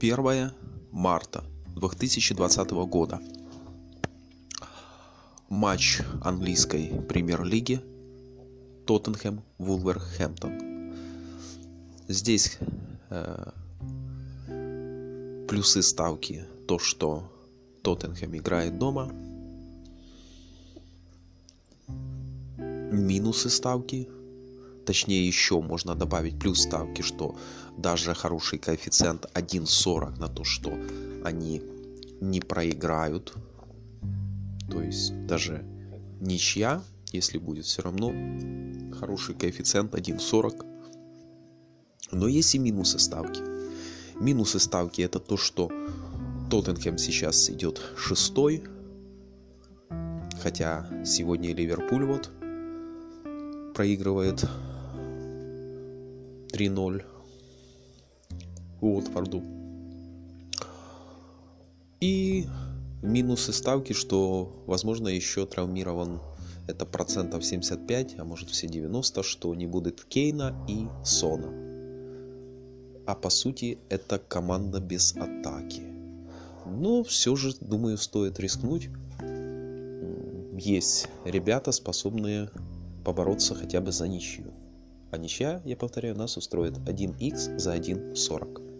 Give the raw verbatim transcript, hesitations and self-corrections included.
первое марта две тысячи двадцатого года. Матч английской премьер-лиги Тоттенхэм-Вулверхэмптон. Здесь э, плюсы ставки то, что Тоттенхэм играет дома. Минусы ставки, точнее еще можно добавить плюс ставки, что даже хороший коэффициент один сорок на то, что они не проиграют. То есть даже ничья, если будет, все равно хороший коэффициент один сорок. Но есть и минусы ставки. Минусы ставки это то, что Тоттенхэм сейчас идет шестой. Хотя сегодня Ливерпуль вот проигрывает три ноль Уотфорду. И минусы ставки, что, возможно, еще травмирован, это процентов семьдесят пять, а может все девяносто, что не будет Кейна и Сона. А по сути, это команда без атаки. Но все же, думаю, стоит рискнуть. Есть ребята, способные побороться хотя бы за ничью. А ничья, я повторяю, нас устроит один икс за один сорок.